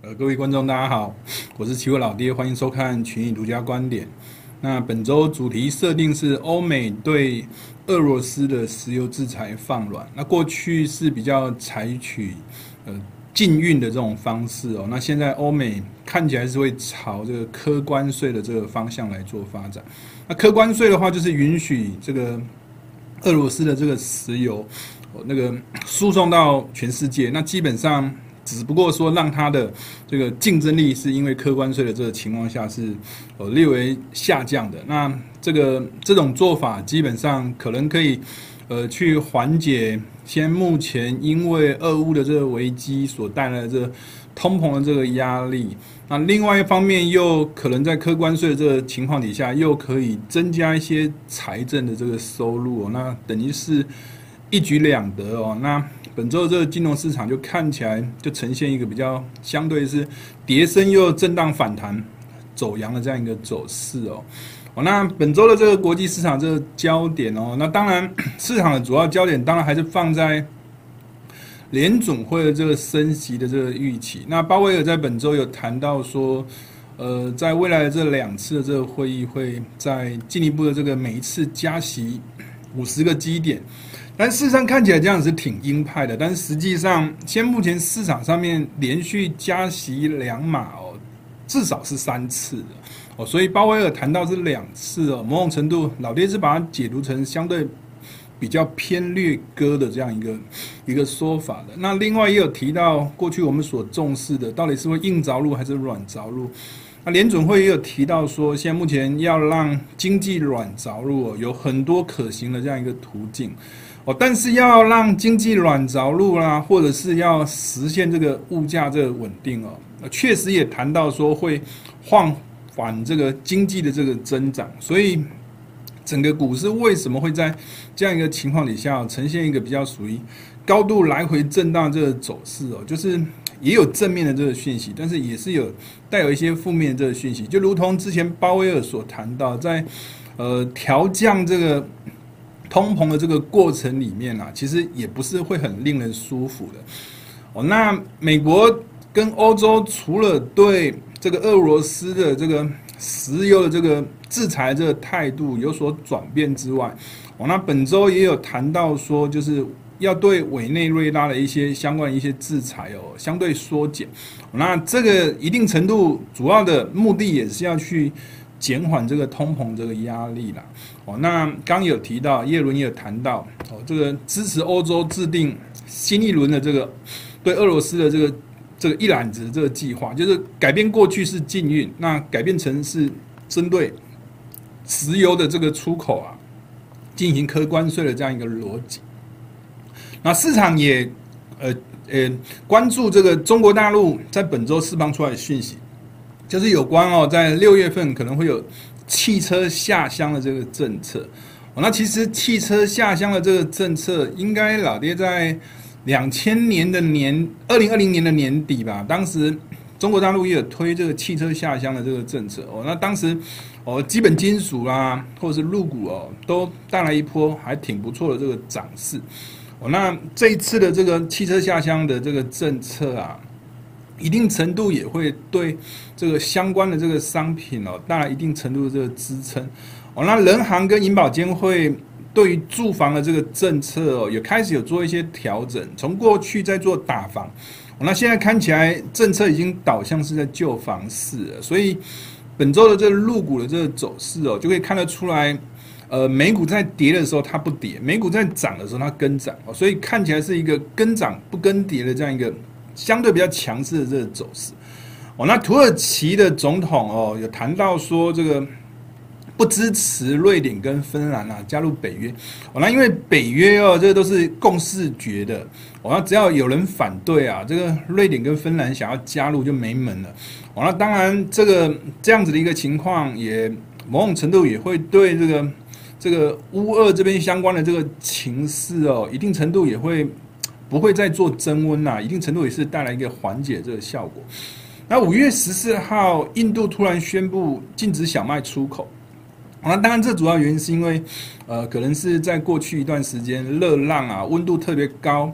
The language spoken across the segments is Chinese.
各位观众，大家好，我是期货老爹，欢迎收看群益独家观点。那本周主题设定是欧美对俄罗斯的石油制裁放软。那过去是比较采取禁运的这种方式哦，那现在欧美看起来是会朝这个科关税的这个方向来做发展。那科关税的话，就是允许这个俄罗斯的这个石油那个输送到全世界，那基本上只不过说让它的这个竞争力是因为科关税的这个情况下是略微下降的。那这种做法基本上可能可以去缓解目前因为俄乌的这个危机所带来的这个通膨的这个压力。那另外一方面又可能在科关税的这个情况底下，又可以增加一些财政的这个收入哦，那等于是一举两得哦。那本周的这个金融市场就看起来就呈现一个比较相对是跌升又震荡反弹走阳的这样一个走势哦。那本周的这个国际市场这个焦点哦，那当然市场的主要焦点当然还是放在联准会的这个升息的这个预期。那鲍威尔在本周有谈到说，在未来的这2次的这个会议会再进一步的这个每一次加息50个基点。但事实上看起来这样是挺鹰派的，但是实际上，目前市场上面连续加息2码哦，至少是3次的哦，所以鲍威尔谈到是2次哦，某种程度老爹是把它解读成相对比较偏略鸽的这样一个说法的。那另外也有提到过去我们所重视的，到底是会硬着陆还是软着陆？那联准会也有提到说，现在目前要让经济软着陆哦，有很多可行的这样一个途径。但是要让经济软着陆啦，或者是要实现这个物价这个稳定哦，确实也谈到说会放缓这个经济的这个增长，所以整个股市为什么会在这样一个情况底下呈现一个比较属于高度来回震荡这个走势哦，就是也有正面的这个讯息，但是也是带有一些负面的这个讯息，就如同之前鲍威尔所谈到，在调降这个通膨的这个过程里面啊，其实也不是会很令人舒服的哦。那美国跟欧洲除了对这个俄罗斯的这个石油的这个制裁这个态度有所转变之外，那本周也有谈到说，就是要对委内瑞拉的一些相关的一些制裁哦，相对缩减。那这个一定程度主要的目的也是要去减缓这个通膨这个压力啦。那刚有提到，耶伦也有谈到这个支持欧洲制定新一轮的这个对俄罗斯的这个一揽子的这个计划，就是改变过去是禁运，那改变成是针对石油的这个出口啊进行科关税的这样一个逻辑。那市场也关注这个中国大陆在本周释放出来的讯息，就是有关在6月份可能会有汽车下乡的这个政策。那其实汽车下乡的这个政策，应该老爹在2020年的年底吧，当时中国大陆也有推这个汽车下乡的这个政策那当时基本金属啦，或者是陆股都带来一波还挺不错的这个涨势那这一次的这个汽车下乡的这个政策啊，一定程度也会对这个相关的这个商品带来一定程度的这个支撑那人行跟银保监会对于住房的这个政策也开始有做一些调整，从过去在做打房那现在看起来政策已经导向是在救房市了，所以本周的这个陆股的这个走势就可以看得出来美股在跌的时候它不跌，美股在涨的时候它跟涨所以看起来是一个跟涨不跟跌的这样一个相对比较强势的这个走势那土耳其的总统有谈到说这个不支持瑞典跟芬兰加入北约那因为北约这个都是共识决的那只要有人反对这个瑞典跟芬兰想要加入就没门了那当然这样子的一个情况也某种程度也会对这个乌俄这边相关的这个情势一定程度也会不会再做增温一定程度也是带来一个缓解这个效果。那5月14号，印度突然宣布禁止小麦出口。那当然，这主要原因是因为，可能是在过去一段时间热浪温度特别高，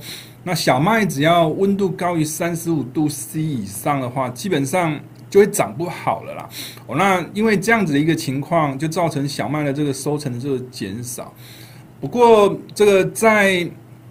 那小麦只要温度高于35°C 以上的话，基本上就会长不好了啦。那因为这样子的一个情况，就造成小麦的这个收成的这个减少。不过这个在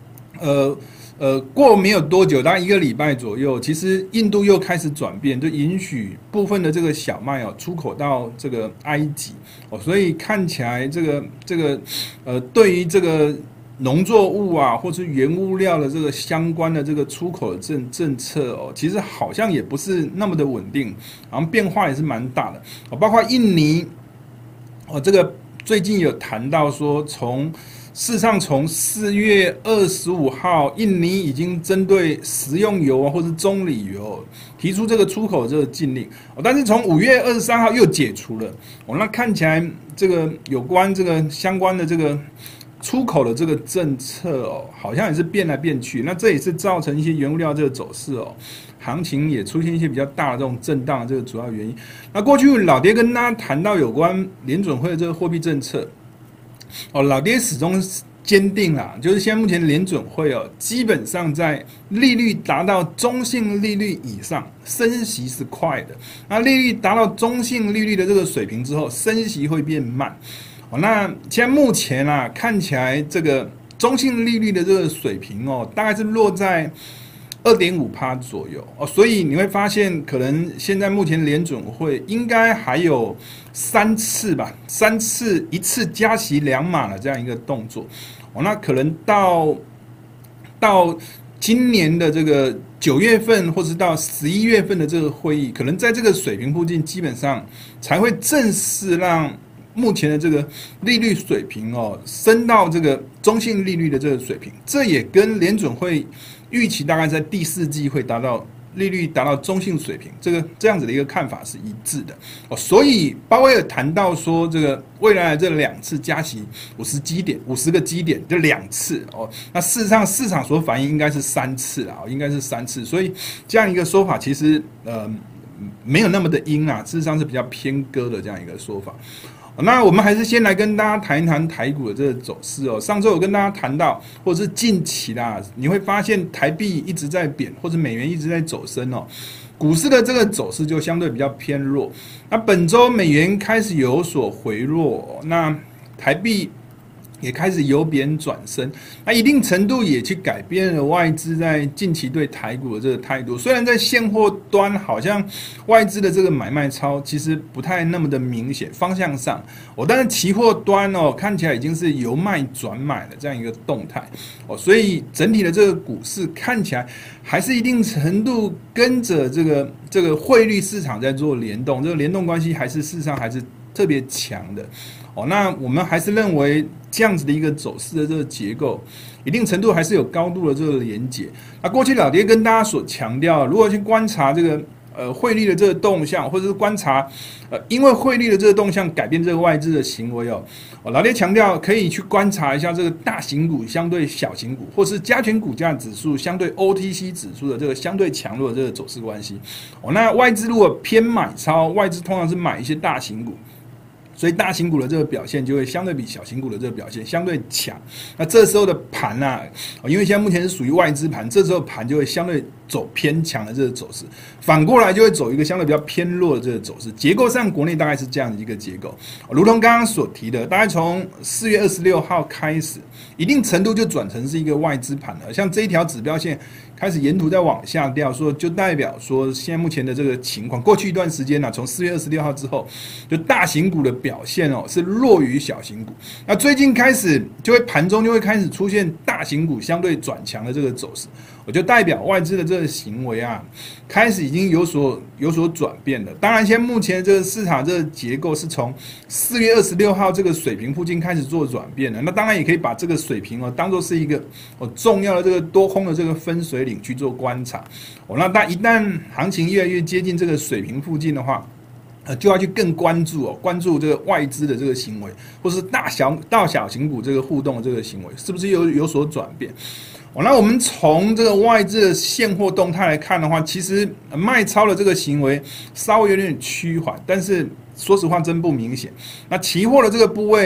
过没有多久，大概1个礼拜左右，其实印度又开始转变，就允许部分的这个小麦出口到这个埃及所以看起来这个对于这个农作物啊，或是原物料的这个相关的这个出口的政策其实好像也不是那么的稳定，好像变化也是蛮大的包括印尼这个最近有谈到说，事实上从4月25号，印尼已经针对食用油或是棕榈油提出这个出口这个禁令但是从5月23号又解除了那看起来这个有关这个相关的这个出口的这个政策好像也是变来变去，那这也是造成一些原物料这个走势行情也出现一些比较大的这种震荡的这个主要原因。那过去老爹跟大家谈到有关联准会的这个货币政策老爹始终坚定啦，就是现在目前的联准会基本上在利率达到中性利率以上，升息是快的。那利率达到中性利率的这个水平之后，升息会变慢。那现在目前看起来这个中性利率的这个水平大概是落在2.5% 左右所以你会发现，可能现在目前联准会应该还有3次吧，3次，1次加息2码的这样一个动作那可能到今年的这个9月份，或是到11月份的这个会议，可能在这个水平附近，基本上才会正式让目前的这个利率水平升到这个中性利率的这个水平，这也跟联准会预期大概在第4季会利率达到中性水平，这样子的一个看法是一致的所以鲍威尔谈到说，这个未来的这2次加息50个基点，就2次那事实上市场所反映应该是3次应该是3次，所以这样一个说法其实没有那么的阴事实上是比较偏鸽的这样一个说法。那我们还是先来跟大家谈一谈台股的这个走势上周有跟大家谈到，或者是近期你会发现台币一直在贬，或者美元一直在走升股市的这个走势就相对比较偏弱。那本周美元开始有所回落那台币也开始由贬转升，那一定程度也去改变了外资在近期对台股的这个态度。虽然在现货端好像外资的这个买卖超其实不太那么的明显方向上但是期货端看起来已经是由卖转买的这样一个动态所以整体的这个股市看起来还是一定程度跟着这个汇率市场在做联动，这个联动关系事实上还是特别强的那我们还是认为这样子的一个走势的这个结构，一定程度还是有高度的这个连结。那过去老爹跟大家所强调，如果去观察这个汇率的这个动向，或者是观察因为汇率的这个动向改变这个外资的行为老爹强调可以去观察一下这个大型股相对小型股，或是加权股价指数相对 OTC 指数的这个相对强弱的这个走势关系那外资如果偏买超，外资通常是买一些大型股，所以大型股的这个表现就会相对比小型股的这个表现相对强。那这时候的盘因为现在目前是属于外资盘，这时候盘就会相对走偏强的这个走势，反过来就会走一个相对比较偏弱的这个走势。结构上国内大概是这样的一个结构如同刚刚所提的，大概从4月26号开始，一定程度就转成是一个外资盘了。像这一条指标线开始沿途在往下掉，就代表说现在目前的这个情况，过去一段时间从4月26号之后，就大型股的表现是弱于小型股。那最近开始盘中就会开始出现大型股相对转强的这个走势，我就代表外资的这个行为开始已经有所转变了。当然，现在目前这个市场这个结构是从4月26号这个水平附近开始做转变的。那当然也可以把这个水平当作是一个重要的这个多空的这个分水岭去做观察那一旦行情越来越接近这个水平附近的话，就要去更关注这个外资的这个行为，或是大小型股这个互动的这个行为是不是有所转变那我们从这个外资的现货动态来看的话，其实卖超的这个行为稍微有点趋缓，但是说实话真不明显。那期货的这个部位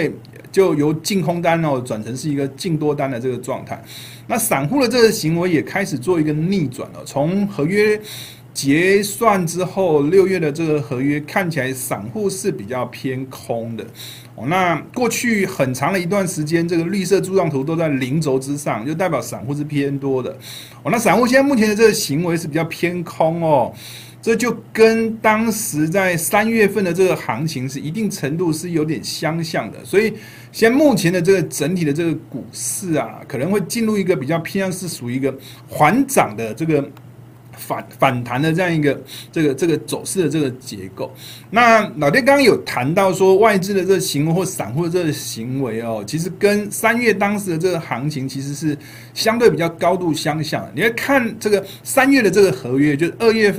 就由净空单转成是一个净多单的这个状态。那散户的这个行为也开始做一个逆转了，从合约结算之后，6月的这个合约看起来散户是比较偏空的。那过去很长的一段时间，这个绿色柱状图都在零轴之上，就代表散户是偏多的。那散户现在目前的这个行为是比较偏空哦。这就跟当时在3月份的这个行情是一定程度是有点相像的，所以现在目前的这个整体的这个股市啊，可能会进入一个比较偏向是属于一个缓涨的这个反弹的这样一个这个走势的这个结构。那老爹刚刚有谈到说外资的这个行为或散户的这个行为其实跟3月当时的这个行情其实是相对比较高度相像的。你会看这个3月的这个合约，就是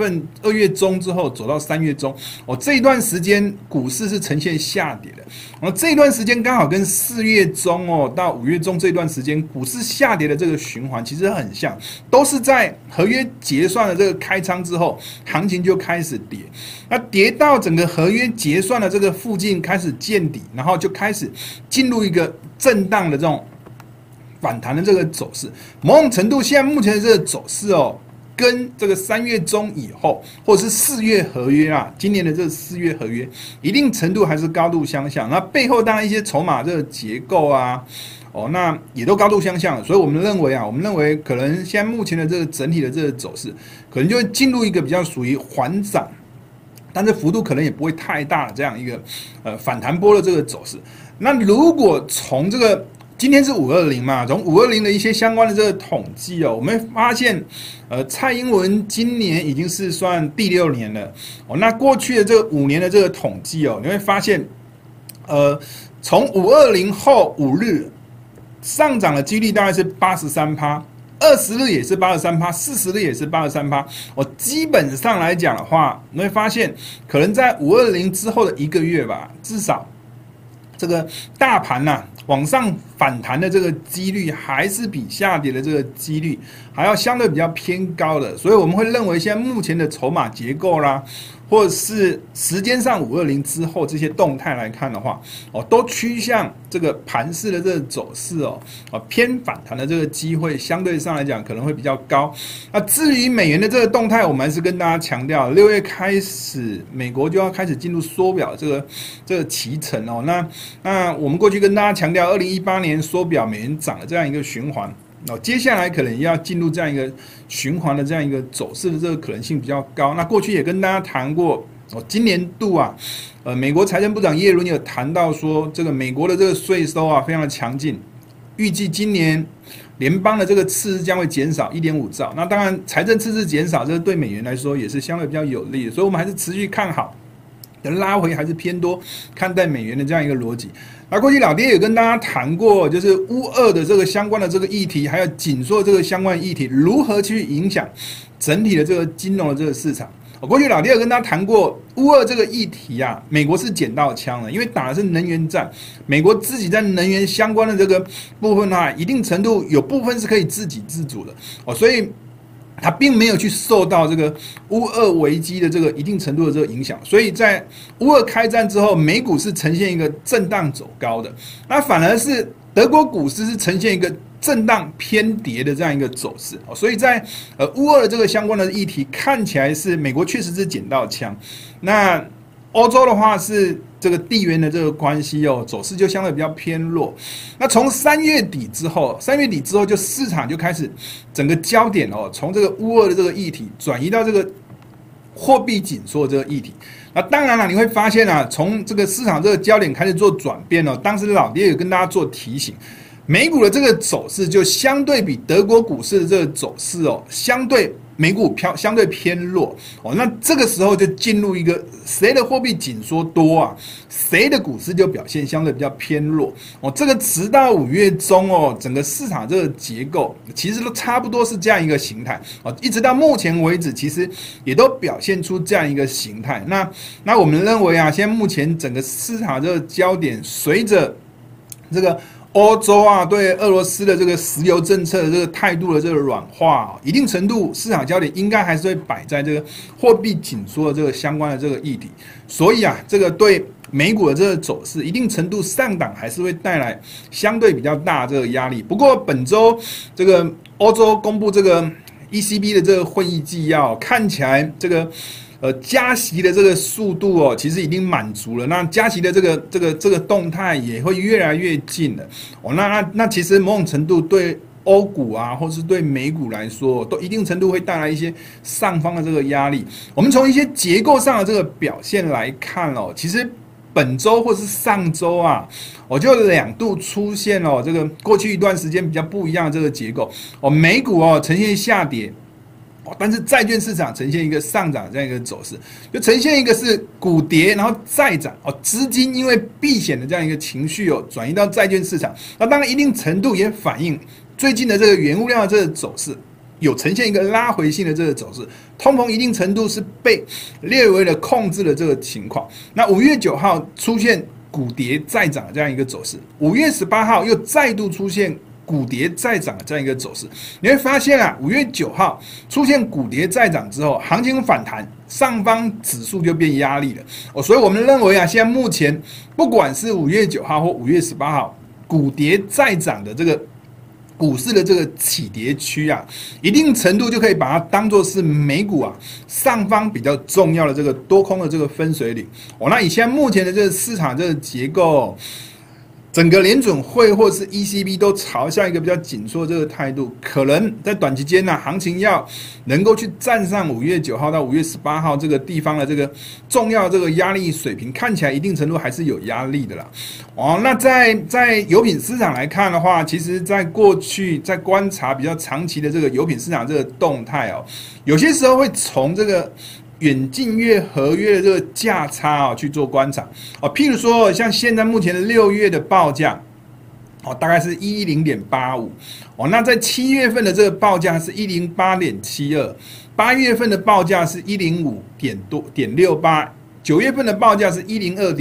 2月中之后走到3月中，这一段时间股市是呈现下跌的。这一段时间刚好跟4月中到5月中这段时间股市下跌的这个循环其实很像，都是在合约结算的这个开仓之后，行情就开始跌。那跌到整个合约结算的这个附近开始见底，然后就开始进入一个震荡的这种反弹的这个走势。某种程度，现在目前的这个走势跟这个3月中以后，或者是4月合约啊，今年的这个4月合约，一定程度还是高度相像。那背后当然一些筹码这个结构啊，那也都高度相像。所以我们认为可能现在目前的这个整体的这个走势，可能就会进入一个比较属于缓涨，但是幅度可能也不会太大的这样一个反弹波的这个走势。那如果从这个今天是520嘛，从520的一些相关的这个统计我们会发现，蔡英文今年已经是算第6年了那过去的这个5年的这个统计你会发现，从520后5日上涨的几率大概是 83%。20日也是 83%，40日也是 83%。基本上来讲的话，你会发现，可能在520之后的1个月吧，至少这个大盘往上反弹的这个几率，还是比下跌的这个几率还要相对比较偏高的。所以我们会认为，现在目前的筹码结构啦，或者是时间上520之后这些动态来看的话，都趋向这个盘势的这个走势偏反弹的这个机会相对上来讲可能会比较高。那至于美元的这个动态，我们还是跟大家强调，6月开始美国就要开始进入缩表这个期程那我们过去跟大家强调，2018年缩表美元涨的这样一个循环。接下来可能要进入这样一个循环的这样一个走势的这个可能性比较高。那过去也跟大家谈过，今年度美国财政部长耶伦有谈到说，这个美国的这个税收非常的强劲，预计今年联邦的这个赤字将会减少 1.5 兆。那当然财政赤字减少，这个对美元来说也是相对比较有利的，所以我们还是持续看好。拉回还是偏多看待美元的这样一个逻辑。那过去老爹也跟大家谈过，就是乌俄的这个相关的这个议题，还有紧缩这个相关的议题如何去影响整体的这个金融的这个市场。过去老爹有跟大家谈过乌俄这个议题美国是捡到枪了，因为打的是能源战，美国自己在能源相关的这个部分一定程度有部分是可以自给自足的所以它并没有去受到这个乌俄危机的这个一定程度的这个影响，所以在乌俄开战之后，美股是呈现一个震荡走高的，那反而是德国股市是呈现一个震荡偏跌的这样一个走势所以在乌俄的这个相关的议题看起来是美国确实是捡到枪，那欧洲的话是这个地缘的这个关系走势就相对比较偏弱。那从3月底之后就市场就开始整个焦点从这个乌俄的这个议题转移到这个货币紧缩的这个议题。那当然了，你会发现从这个市场这个焦点开始做转变当时老爹有跟大家做提醒，美股的这个走势就相对比德国股市的这个走势相对美股相对偏弱那这个时候就进入一个谁的货币紧缩多谁的股市就表现相对比较偏弱这个直到5月中整个市场这个结构其实都差不多是这样一个形态一直到目前为止，其实也都表现出这样一个形态。那我们认为现在目前整个市场这个焦点随着这个欧洲啊对俄罗斯的这个石油政策的这个态度的这个软化，一定程度市场焦点应该还是会摆在这个货币紧缩的这个相关的这个议题，所以啊，这个对美股的这个走势，一定程度上档还是会带来相对比较大的这个压力。不过本周这个欧洲公布这个 ECB 的这个会议纪要，看起来这个加息的这个速度哦，其实已经满足了。那加息的这个动态也会越来越近了。哦，那其实某种程度对欧股啊，或是对美股来说，都一定程度会带来一些上方的这个压力。我们从一些结构上的这个表现来看哦，其实本周或是上周啊，我就2度出现了这个过去一段时间比较不一样的这个结构哦，美股哦呈现下跌。但是债券市场呈现一个上涨这样一个走势，就呈现一个是股跌然后再涨哦，资金因为避险的这样一个情绪哦，转移到债券市场，那当然一定程度也反映最近的这个原物料的这个走势，有呈现一个拉回性的这个走势，通膨一定程度是被略微的控制的这个情况。那5月9号出现股跌再涨的这样一个走势，5月18号又再度出现股跌再涨的这样一个走势，你会发现啊，5月9号出现股跌再涨之后，行情反弹，上方指数就变压力了哦，所以我们认为啊，现在目前不管是5月9号或5月18号股跌再涨的这个股市的这个起跌区啊，一定程度就可以把它当作是美股啊上方比较重要的这个多空的这个分水岭哦。那以现在目前的这个市场这个结构，整个联准会或是 ECB 都朝向一个比较紧缩的这个态度，可能在短期间呢，行情要能够去站上5月9号到5月18号这个地方的这个重要的这个压力水平，看起来一定程度还是有压力的啦。哦，那在油品市场来看的话，其实在过去在观察比较长期的这个油品市场这个动态哦，有些时候会从这个远近月合约的这个价差哦去做观察哦，譬如说像现在目前的6月的报价哦，大概是110.85哦，那在7月份的这个报价是108.72， 8月份的报价是105.68， 9月份的报价是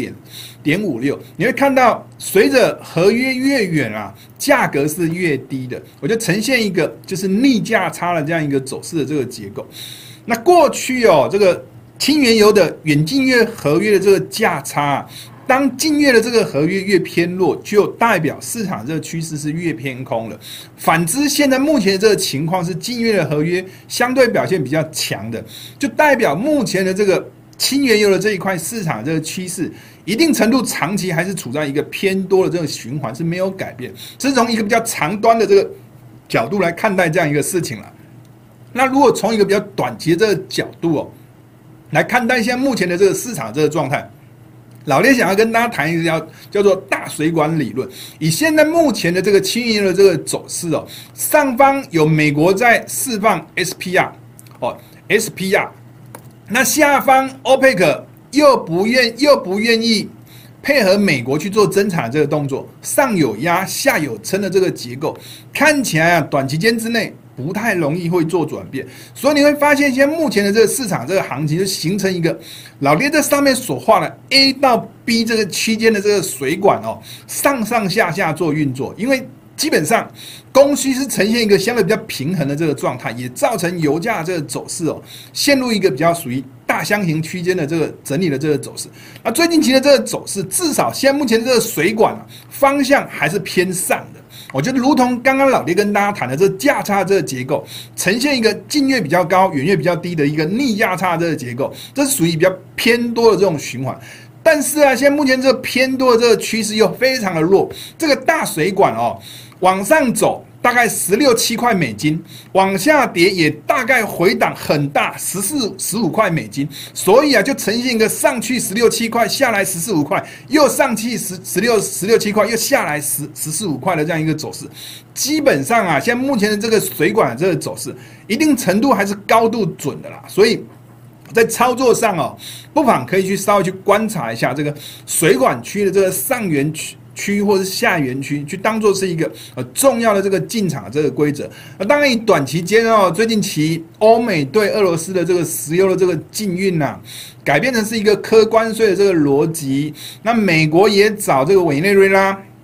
102.56。你会看到，随着合约越远啊，价格是越低的，我就呈现一个就是逆价差的这样一个走势的这个结构。那过去哦，这个轻原油的远近月合约的这个价差，当近月的这个合约越偏弱，就代表市场这个趋势是越偏空了。反之，现在目前的这个情况是近月的合约相对表现比较强的，就代表目前的这个轻原油的这一块市场这个趋势，一定程度长期还是处在一个偏多的这个循环，是没有改变。这是从一个比较长端的这个角度来看待这样一个事情了。那如果从一个比较短期的这个角度哦，来看待现在目前的这个市场这个状态，老爹想要跟大家谈一个叫做大水管理论。以现在目前的这个轻原油的这个走势哦，上方有美国在释放 SPR 哦 SPR， 那下方 OPEC 又不愿意配合美国去做增产的这个动作，上有压下有撑的这个结构，看起来啊短期间之内不太容易会做转变，所以你会发现，现在目前的这个市场这个行情就形成一个老爹在上面所画的 A 到 B 这个区间的这个水管哦，上上下下做运作，因为基本上供需是呈现一个相对比较平衡的这个状态，也造成油价的这个走势哦，陷入一个比较属于大箱型区间的这个整理的这个走势。那最近期的这个走势，至少现在目前这个水管啊方向还是偏上的。我觉得如同刚刚老爹跟大家谈的这价差这个结构，呈现一个近月比较高、远月比较低的一个逆价差这个结构，这是属于比较偏多的这种循环。但是啊，现在目前这个偏多的这个趋势又非常的弱，这个大水管哦往上走大概16、17块美金，往下跌也大概回档很大14、15块美金，所以啊就呈现一个上去16、17块，下来14、15块，又上去16、17块，又下来14、15块的这样一个走势。基本上啊，现在目前的这个水管的这个走势，一定程度还是高度准的啦，所以在操作上哦，不妨可以去稍微去观察一下这个水管区的这个上缘区或是下缘区，去当做是一个重要的这个进场的这个规则。当然以短期间哦，最近期欧美对俄罗斯的这个石油的这个禁运啊，改变成是一个科关税的这个逻辑。那美国也找这个委内瑞拉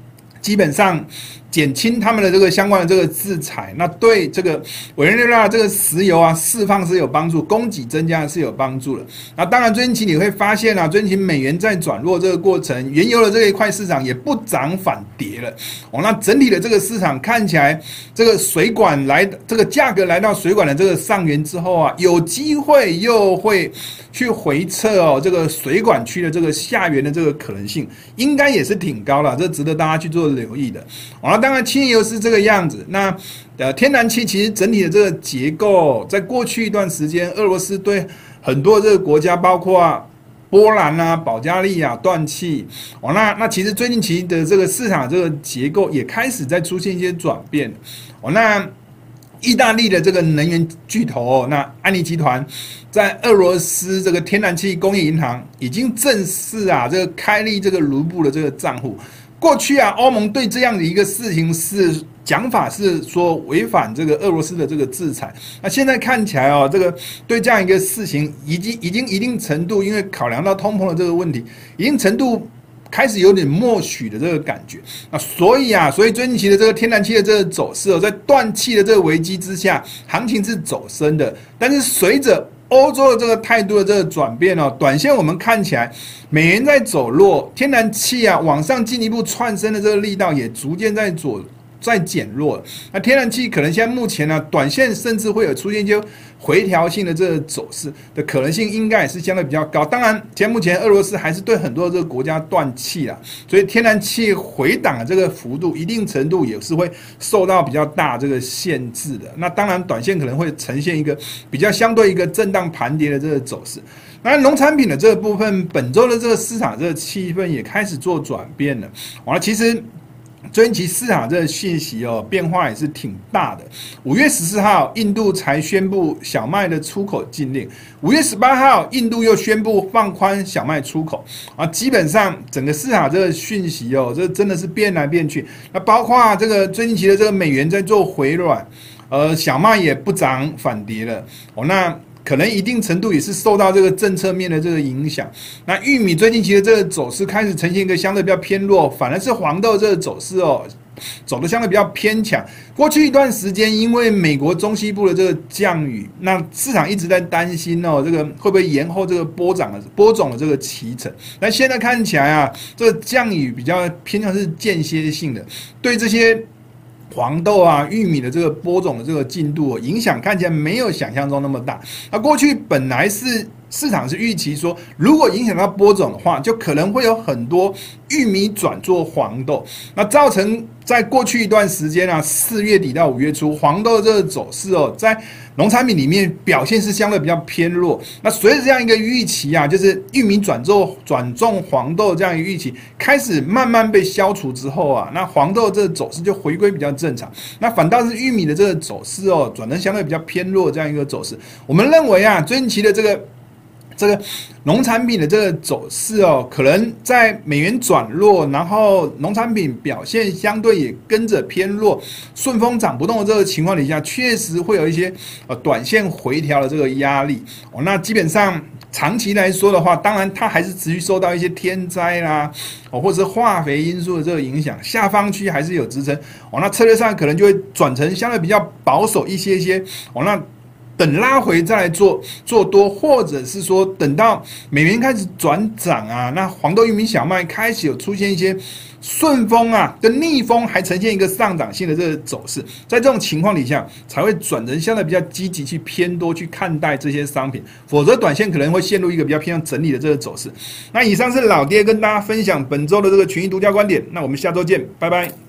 基本上减轻他们的这个相关的这个制裁，那对这个委内瑞拉这个石油啊释放是有帮助，供给增加是有帮助的。那当然，最近期你会发现啊，最近期美元在转弱这个过程，原油的这一块市场也不涨反跌了。那整体的这个市场看起来，这个水管这个价格来到水管的这个上缘之后啊，有机会又会去回测这个水管区的这个下缘的这个可能性，应该也是挺高的，这值得大家去做留意的。当然，轻油是这个样子。那天然气其实整体的这个结构，在过去一段时间，俄罗斯对很多这个国家，包括波兰啊、保加利亚断气。那其实最近期的这个市场这个结构也开始在出现一些转变。那意大利的这个能源巨头那安妮集团在俄罗斯这个天然气工业银行已经正式这个开立这个卢布的这个账户。过去欧盟对这样的一个事情是讲法是说违反这个俄罗斯的这个制裁，那现在看起来这个对这样一个事情已经一定程度，因为考量到通膨的这个问题，一定程度开始有点默许的这个感觉。那所以最近期的这个天然气的这个走势在断气的这个危机之下，行情是走升的，但是随着欧洲的这个态度的这个转变短线我们看起来美元在走弱，天然气往上进一步窜升的这个力道也逐渐在减弱。那天然气可能现在目前短线甚至会有出现一些回调性的这个走势的可能性，应该也是相对比较高。当然，现在目前俄罗斯还是对很多的这个国家断气啦，所以天然气回档的这个幅度，一定程度也是会受到比较大这个限制的。那当然，短线可能会呈现一个比较相对一个震荡盘跌的这个走势。那农产品的这个部分，本周的这个市场这个气氛也开始做转变了。其实最近期市场这个讯息变化也是挺大的。5月14号，印度才宣布小麦的出口禁令；5月18号，印度又宣布放宽小麦出口。基本上整个市场这个讯息这真的是变来变去。那包括这个最近期的这个美元在做回软，小麦也不涨反跌了。那可能一定程度也是受到这个政策面的这个影响。那玉米最近期的这个走势开始呈现一个相对比较偏弱，反而是黄豆这个走势走得相对比较偏强。过去一段时间，因为美国中西部的这个降雨，那市场一直在担心这个会不会延后这个播种的这个期程。但现在看起来这个降雨比较偏向是间歇性的，对这些黄豆玉米的这个播种的这个进度影响看起来没有想象中那么大。那过去本来是市场是预期说，如果影响到播种的话，就可能会有很多玉米转做黄豆，那造成在过去一段时间4月底到5月初，黄豆这个走势在农产品里面表现是相对比较偏弱。那随着这样一个预期就是玉米转种黄豆这样一个预期开始慢慢被消除之后那黄豆这个走势就回归比较正常。那反倒是玉米的这个走势转成相对比较偏弱这样一个走势。我们认为最近期的这个农产品的这个走势可能在美元转弱，然后农产品表现相对也跟着偏弱，顺风涨不动的这个情况底下，确实会有一些短线回调的这个压力。那基本上长期来说的话，当然它还是持续受到一些天灾啦，或者是化肥因素的这个影响，下方区还是有支撑。那策略上可能就会转成相对比较保守一些。那等拉回再来做多，或者是说等到美元开始转涨那黄豆、玉米、小麦开始有出现一些顺风跟逆风，还呈现一个上涨性的这个走势，在这种情况底下才会转成相对比较积极去偏多去看待这些商品，否则短线可能会陷入一个比较偏向整理的这个走势。那以上是老爹跟大家分享本周的这个群益独家观点，那我们下周见，拜拜。